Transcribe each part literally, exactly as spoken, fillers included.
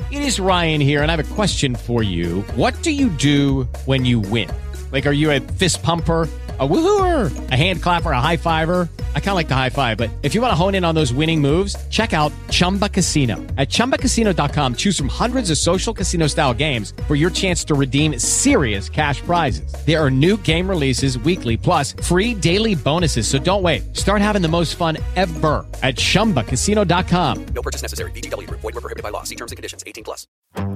It is Ryan here, and I have a question for you. What do you do when you win? Like, are you a fist pumper, a woohooer, a hand clapper, a high fiver? I kind of like the high five, but if you want to hone in on those winning moves, check out Chumba Casino. At chumba casino dot com, choose from hundreds of social casino style games for your chance to redeem serious cash prizes. There are new game releases weekly, plus free daily bonuses. So don't wait. Start having the most fun ever at chumba casino dot com. No purchase necessary. V G W Group. Void where prohibited by law. See terms and conditions. eighteen plus.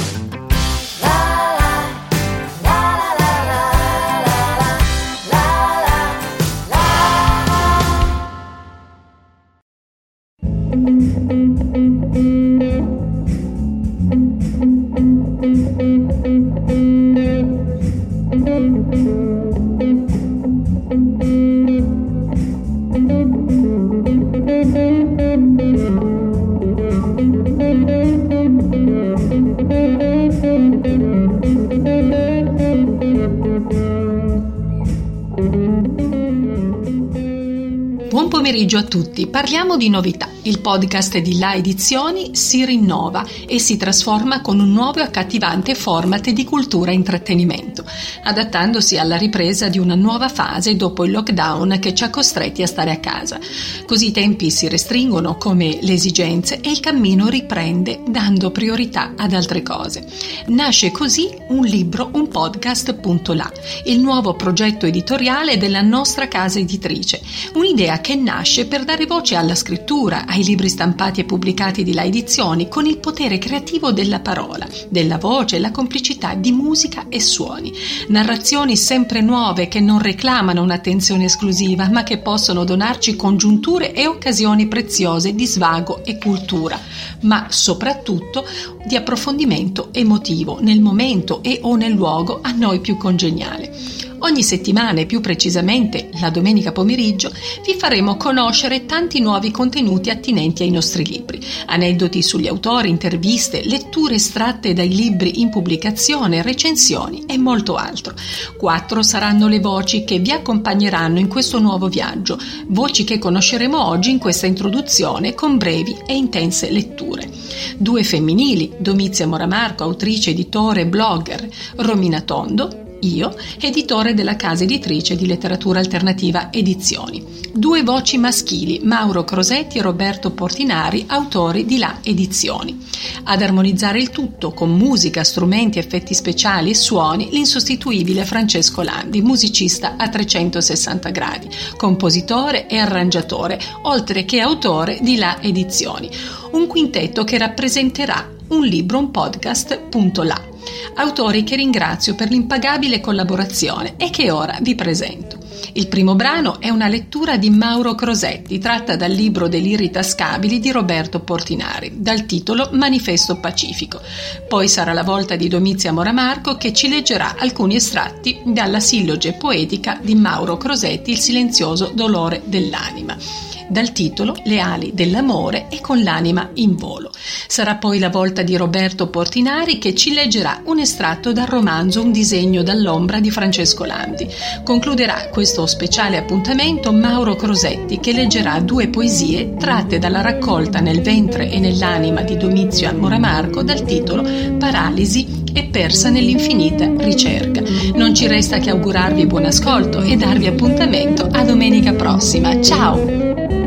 Buon pomeriggio a tutti, parliamo di novità. Il podcast di La Edizioni si rinnova e si trasforma con un nuovo e accattivante format di cultura e intrattenimento, adattandosi alla ripresa di una nuova fase dopo il lockdown che ci ha costretti a stare a casa. Così i tempi si restringono come le esigenze e il cammino riprende dando priorità ad altre cose. Nasce così Un libro, un podcast.la, il nuovo progetto editoriale della nostra casa editrice, un'idea che nasce per dare voce alla scrittura, ai libri stampati e pubblicati di La Edizioni, con il potere creativo della parola, della voce e la complicità di musica e suoni. Narrazioni sempre nuove che non reclamano un'attenzione esclusiva, ma che possono donarci congiunture e occasioni preziose di svago e cultura, ma soprattutto di approfondimento emotivo nel momento e o nel luogo a noi più congeniale. Ogni settimana e più precisamente la domenica pomeriggio vi faremo conoscere tanti nuovi contenuti attinenti ai nostri libri, aneddoti sugli autori, interviste, letture estratte dai libri in pubblicazione, recensioni e molto altro. Quattro saranno le voci che vi accompagneranno in questo nuovo viaggio, voci che conosceremo oggi in questa introduzione con brevi e intense letture. Due femminili, Domizia Moramarco, autrice, editore, blogger, Romina Tondo, io, editore della casa editrice di letteratura alternativa Edizioni. Due voci maschili, Mauro Crosetti e Roberto Portinari, autori di La Edizioni. Ad armonizzare il tutto con musica, strumenti, effetti speciali e suoni, l'insostituibile Francesco Landi, musicista a trecentosessanta gradi, compositore e arrangiatore, oltre che autore di La Edizioni. Un quintetto che rappresenterà Un libro, un podcast.la. Autori che ringrazio per l'impagabile collaborazione e che ora vi presento. Il primo brano è una lettura di Mauro Crosetti, tratta dal libro Deliri tascabili di Roberto Portinari, dal titolo Manifesto Pacifico. Poi sarà la volta di Domizia Moramarco, che ci leggerà alcuni estratti dalla silloge poetica di Mauro Crosetti, Il silenzioso dolore dell'anima, dal titolo Le ali dell'amore e con l'anima in volo. Sarà poi la volta di Roberto Portinari, che ci leggerà un estratto dal romanzo Un disegno dall'ombra di Francesco Landi. Concluderà questo speciale appuntamento Mauro Crosetti, che leggerà due poesie tratte dalla raccolta Nel ventre e nell'anima di Domizia Moramarco, dal titolo Paralisi e persa nell'infinita ricerca. Non ci resta che augurarvi buon ascolto e darvi appuntamento a domenica prossima. Ciao!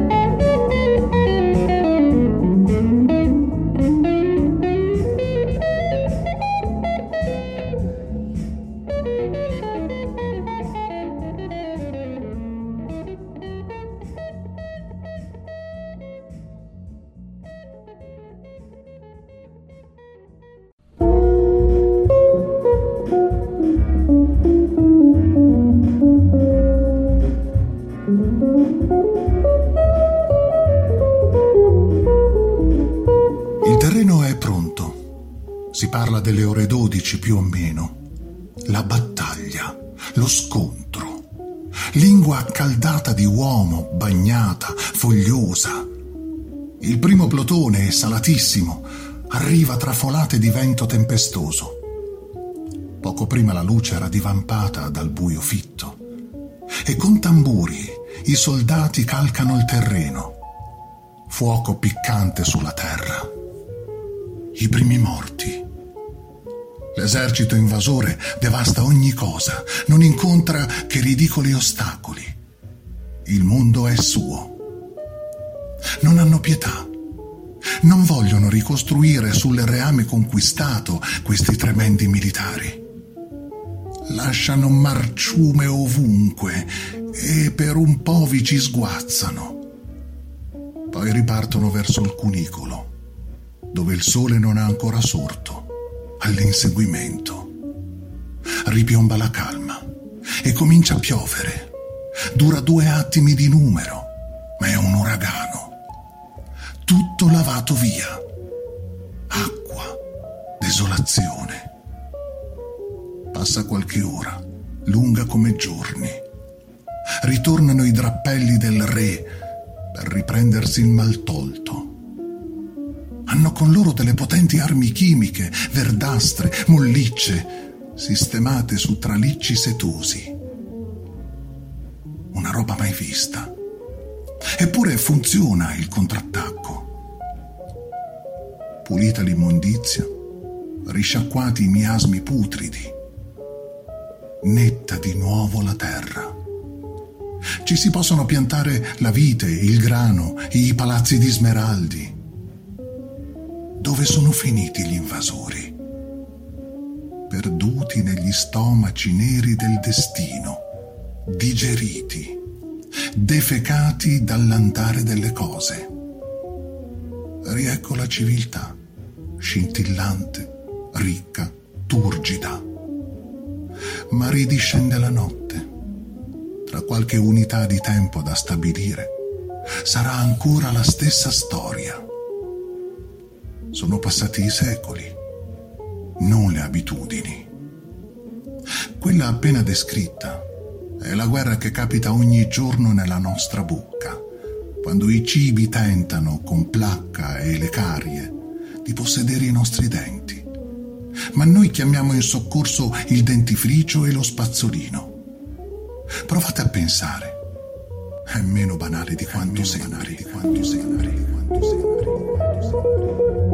Il terreno è pronto. Si parla delle ore dodici più o meno. La battaglia, lo scontro. Lingua accaldata di uomo, bagnata, fogliosa. Il primo plotone, salatissimo, arriva tra folate di vento tempestoso. Poco prima la luce era divampata dal buio fitto e con tamburi i soldati calcano il terreno. Fuoco piccante sulla terra. I primi morti. L'esercito invasore devasta ogni cosa, non incontra che ridicoli ostacoli. Il mondo è suo. Non hanno pietà. Non vogliono ricostruire sul reame conquistato questi tremendi militari. Lasciano marciume ovunque e per un po' vi ci sguazzano. Poi ripartono verso il cunicolo, dove il sole non è ancora sorto, all'inseguimento. Ripiomba la calma e comincia a piovere. Dura due attimi di numero, ma è un uragano. Tutto lavato via. Acqua, desolazione. Passa qualche ora, lunga come giorni. Ritornano i drappelli del re per riprendersi il maltolto. Hanno con loro delle potenti armi chimiche, verdastre, mollicce, sistemate su tralicci setosi. Una roba mai vista. Eppure funziona il contrattacco. Pulita l'immondizia, risciacquati i miasmi putridi, netta di nuovo la terra. Ci si possono piantare la vite, il grano, i palazzi di smeraldi. Dove sono finiti gli invasori? Perduti negli stomaci neri del destino, digeriti, defecati dall'andare delle cose. Riecco la civiltà, scintillante, ricca, turgida. Ma ridiscende la notte. Tra qualche unità di tempo da stabilire, sarà ancora la stessa storia. Sono passati i secoli, non le abitudini. Quella appena descritta è la guerra che capita ogni giorno nella nostra bocca, quando i cibi tentano, con placca e le carie, di possedere i nostri denti. Ma noi chiamiamo in soccorso il dentifricio e lo spazzolino. Provate a pensare. È meno banale di quanto sembri, di quanto sembri, di quanto sembri, di quanto sembri.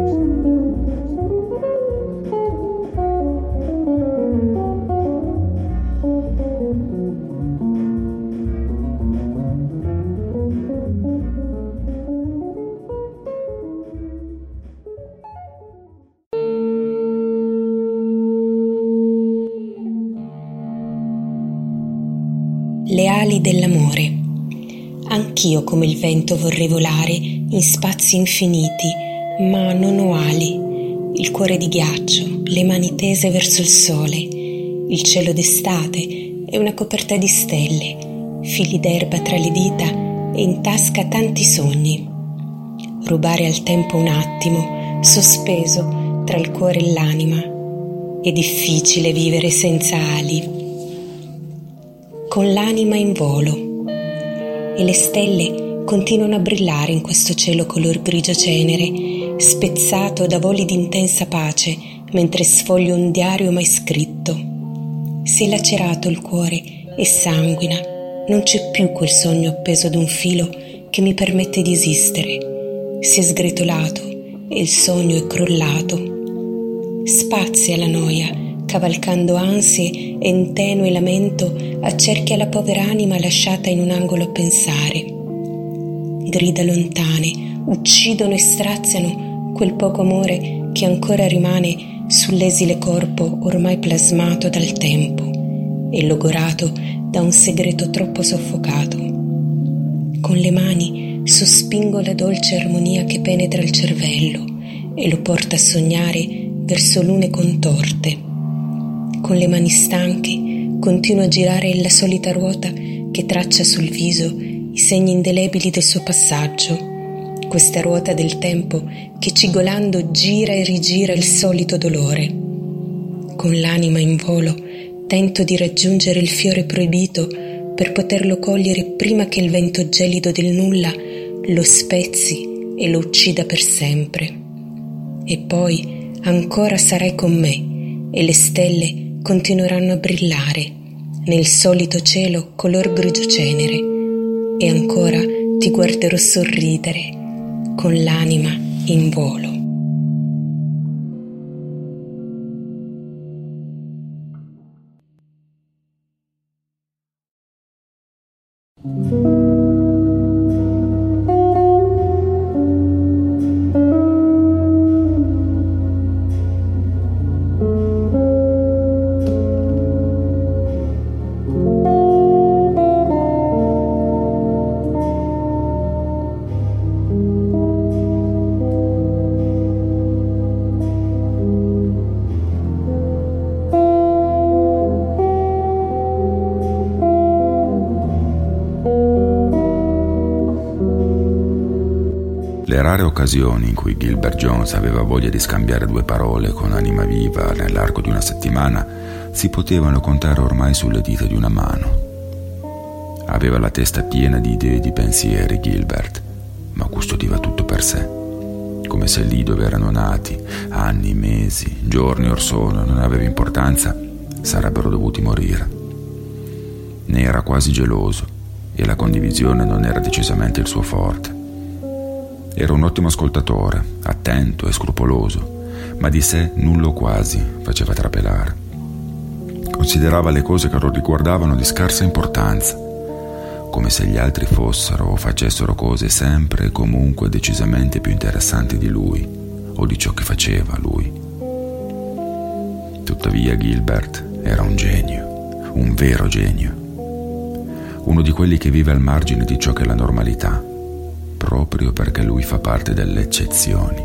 Le ali dell'amore. Anch'io come il vento vorrei volare in spazi infiniti, ma non ho ali. Il cuore di ghiaccio, le mani tese verso il sole, il cielo d'estate e una coperta di stelle, fili d'erba tra le dita e in tasca tanti sogni. Rubare al tempo un attimo, sospeso tra il cuore e l'anima. È difficile vivere senza ali. Con l'anima in volo e le stelle continuano a brillare in questo cielo color grigio cenere, spezzato da voli d'intensa pace mentre sfoglio un diario mai scritto. Si è lacerato il cuore e sanguina, non c'è più quel sogno appeso ad un filo che mi permette di esistere. Si è sgretolato e il sogno è crollato. Spazia la noia, cavalcando ansie e in tenue lamento accerchia la povera anima lasciata in un angolo a pensare. Grida lontane uccidono e straziano quel poco amore che ancora rimane sull'esile corpo ormai plasmato dal tempo e logorato da un segreto troppo soffocato. Con le mani sospingo la dolce armonia che penetra il cervello e lo porta a sognare verso lune contorte. Con le mani stanche continuo a girare la solita ruota che traccia sul viso i segni indelebili del suo passaggio, questa ruota del tempo che cigolando gira e rigira il solito dolore. Con l'anima in volo tento di raggiungere il fiore proibito per poterlo cogliere prima che il vento gelido del nulla lo spezzi e lo uccida per sempre. E poi ancora sarai con me e le stelle continueranno a brillare nel solito cielo color grigio cenere e ancora ti guarderò sorridere con l'anima in volo. Le rare occasioni in cui Gilbert Jones aveva voglia di scambiare due parole con anima viva nell'arco di una settimana si potevano contare ormai sulle dita di una mano. Aveva la testa piena di idee e di pensieri, Gilbert, ma custodiva tutto per sé, come se lì dove erano nati, anni, mesi, giorni or sono, non aveva importanza, sarebbero dovuti morire. Ne era quasi geloso e la condivisione non era decisamente il suo forte. Era un ottimo ascoltatore, attento e scrupoloso, ma di sé nulla o quasi faceva trapelare. Considerava le cose che lo riguardavano di scarsa importanza, come se gli altri fossero o facessero cose sempre e comunque decisamente più interessanti di lui o di ciò che faceva lui. Tuttavia Gilbert era un genio, un vero genio, uno di quelli che vive al margine di ciò che è la normalità, proprio perché lui fa parte delle eccezioni.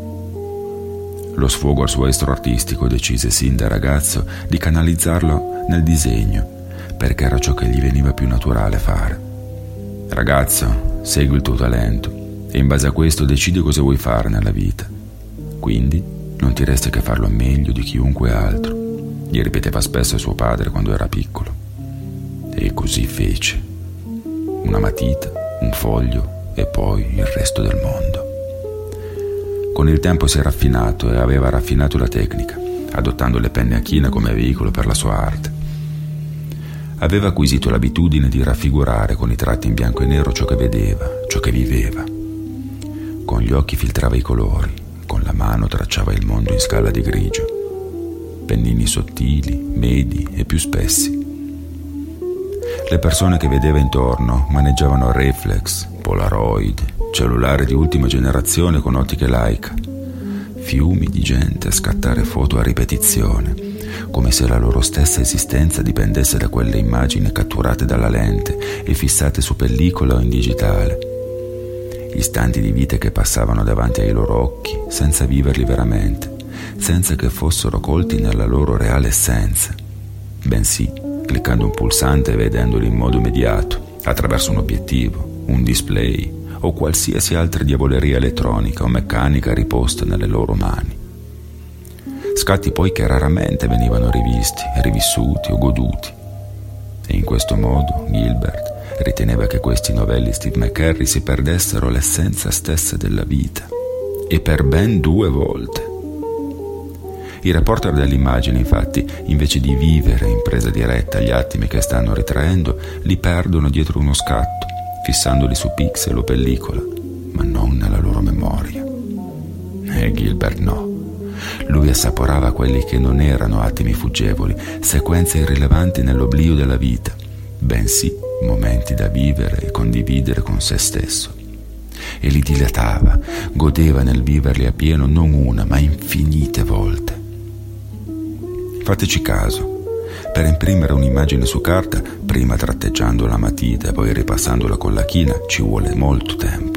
Lo sfogo al suo estro artistico decise sin da ragazzo di canalizzarlo nel disegno, perché era ciò che gli veniva più naturale fare. Ragazzo, segui il tuo talento e in base a questo decidi cosa vuoi fare nella vita. Quindi non ti resta che farlo meglio di chiunque altro, gli ripeteva spesso suo padre quando era piccolo. E così fece. Una matita, un foglio e poi il resto del mondo. Con il tempo si è raffinato e aveva raffinato la tecnica, adottando le penne a china come veicolo per la sua arte. Aveva acquisito l'abitudine di raffigurare con i tratti in bianco e nero ciò che vedeva, ciò che viveva. Con gli occhi filtrava i colori, con la mano tracciava il mondo in scala di grigio. Pennini sottili, medi e più spessi. Le persone che vedeva intorno maneggiavano reflex, polaroid, cellulare di ultima generazione con ottiche Leica. Fiumi di gente a scattare foto a ripetizione, come se la loro stessa esistenza dipendesse da quelle immagini catturate dalla lente e fissate su pellicola o in digitale. Istanti di vite che passavano davanti ai loro occhi senza viverli veramente, senza che fossero colti nella loro reale essenza, bensì cliccando un pulsante e vedendoli in modo immediato, attraverso un obiettivo, un display o qualsiasi altra diavoleria elettronica o meccanica riposta nelle loro mani. Scatti poi che raramente venivano rivisti, rivissuti o goduti. E in questo modo Gilbert riteneva che questi novelli Steve McCurry si perdessero l'essenza stessa della vita, e per ben due volte. I reporter dell'immagine, infatti, invece di vivere in presa diretta gli attimi che stanno ritraendo, li perdono dietro uno scatto, fissandoli su pixel o pellicola, ma non nella loro memoria. E Gilbert no. Lui assaporava quelli che non erano attimi fuggevoli, sequenze irrilevanti nell'oblio della vita, bensì momenti da vivere e condividere con se stesso. E li dilatava, godeva nel viverli appieno non una, ma infinite volte. Fateci caso, per imprimere un'immagine su carta, prima tratteggiando la matita e poi ripassandola con la china, ci vuole molto tempo.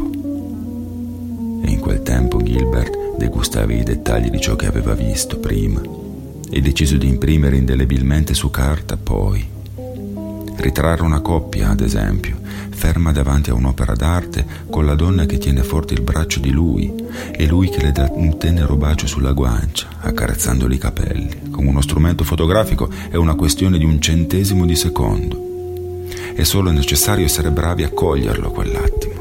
E in quel tempo Gilbert degustava i dettagli di ciò che aveva visto prima e deciso di imprimere indelebilmente su carta poi. Ritrarre una coppia, ad esempio, ferma davanti a un'opera d'arte con la donna che tiene forte il braccio di lui e lui che le dà un tenero bacio sulla guancia, accarezzandoli i capelli. Con uno strumento fotografico è una questione di un centesimo di secondo. È solo necessario essere bravi a coglierlo quell'attimo.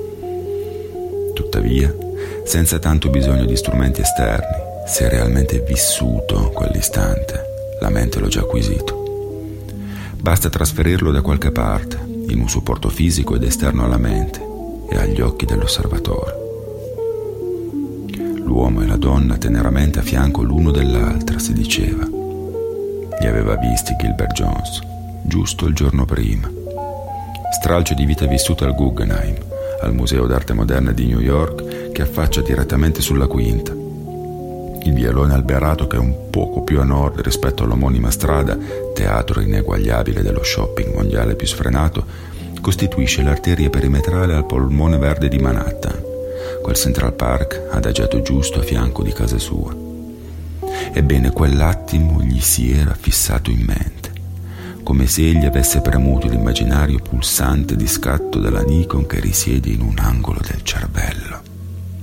Tuttavia, senza tanto bisogno di strumenti esterni, se realmente vissuto quell'istante, la mente l'ho già acquisito. Basta trasferirlo da qualche parte, in un supporto fisico ed esterno alla mente e agli occhi dell'osservatore. L'uomo e la donna teneramente a fianco l'uno dell'altra, si diceva. Li aveva visti Gilbert Jones, giusto il giorno prima. Stralcio di vita vissuta al Guggenheim, al Museo d'Arte Moderna di New York, che affaccia direttamente sulla Quinta. Il vialone alberato, che è un poco più a nord rispetto all'omonima strada, teatro ineguagliabile dello shopping mondiale più sfrenato, costituisce l'arteria perimetrale al polmone verde di Manhattan, quel Central Park adagiato giusto a fianco di casa sua. Ebbene, quell'attimo gli si era fissato in mente, come se egli avesse premuto l'immaginario pulsante di scatto della Nikon che risiede in un angolo del cervello.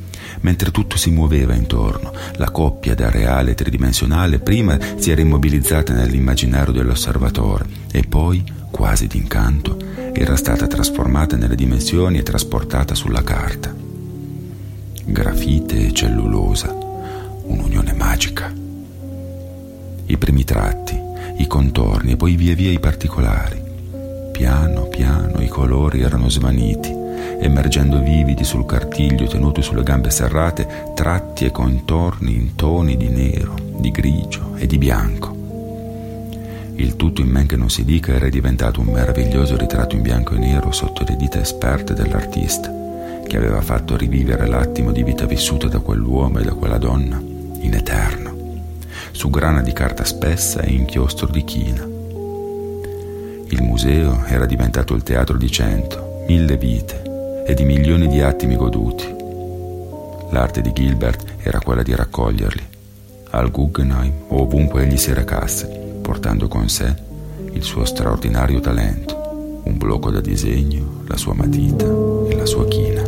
mentre tutto si muoveva intorno. La coppia da reale tridimensionale prima si era immobilizzata nell'immaginario dell'osservatore e poi, quasi d'incanto, era stata trasformata nelle dimensioni e trasportata sulla carta. Grafite e cellulosa, un'unione magica. I primi tratti, i contorni e poi via via i particolari. Piano piano i colori erano svaniti, emergendo vividi sul cartiglio tenuto sulle gambe serrate, tratti e contorni in toni di nero, di grigio e di bianco. Il tutto, in men che non si dica, era diventato un meraviglioso ritratto in bianco e nero sotto le dita esperte dell'artista, che aveva fatto rivivere l'attimo di vita vissuta da quell'uomo e da quella donna in eterno, su grana di carta spessa e inchiostro di china. Il museo era diventato il teatro di cento, mille vite e di milioni di attimi goduti. L'arte di Gilbert era quella di raccoglierli, al Guggenheim o ovunque egli si recasse, portando con sé il suo straordinario talento, un blocco da disegno, la sua matita e la sua china.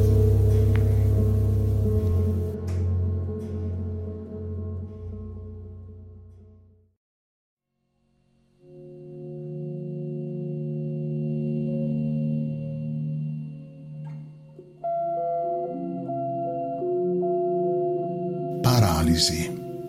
Paralisi.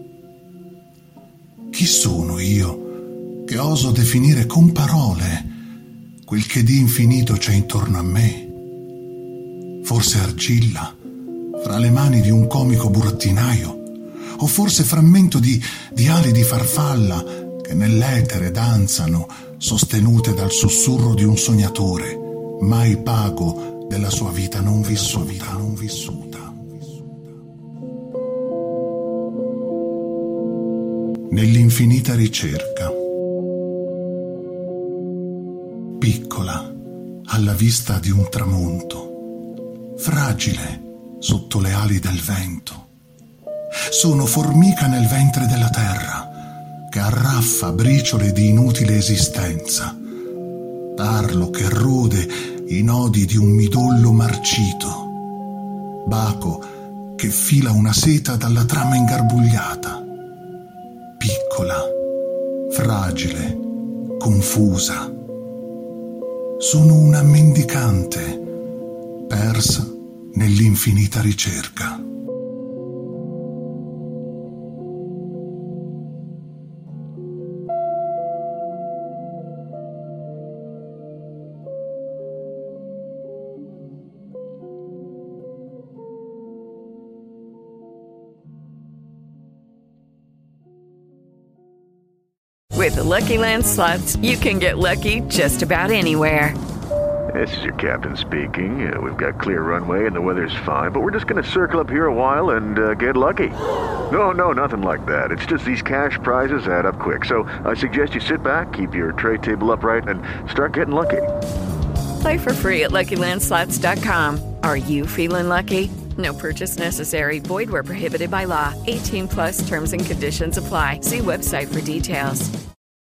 Chi sono io che oso definire con parole quel che di infinito c'è intorno a me? Forse argilla fra le mani di un comico burattinaio, o forse frammento di, di ali di farfalla che nell'etere danzano, sostenute dal sussurro di un sognatore, mai pago della sua vita non vissuta. Non vissuta. Nell'infinita ricerca, piccola alla vista di un tramonto, fragile sotto le ali del vento, sono formica nel ventre della terra che arraffa briciole di inutile esistenza, tarlo che rode i nodi di un midollo marcito, baco che fila una seta dalla trama ingarbugliata. Piccola, fragile, confusa. Sono una mendicante, persa nell'infinita ricerca. With the Lucky Land Slots, you can get lucky just about anywhere. This is your captain speaking. Uh, we've got clear runway and the weather's fine, but we're just going to circle up here a while and uh, get lucky. No, no, nothing like that. It's just these cash prizes add up quick. So I suggest you sit back, keep your tray table upright, and start getting lucky. Play for free at Lucky Land Slots dot com. Are you feeling lucky? No purchase necessary. Void where prohibited by law. eighteen plus terms and conditions apply. See website for details.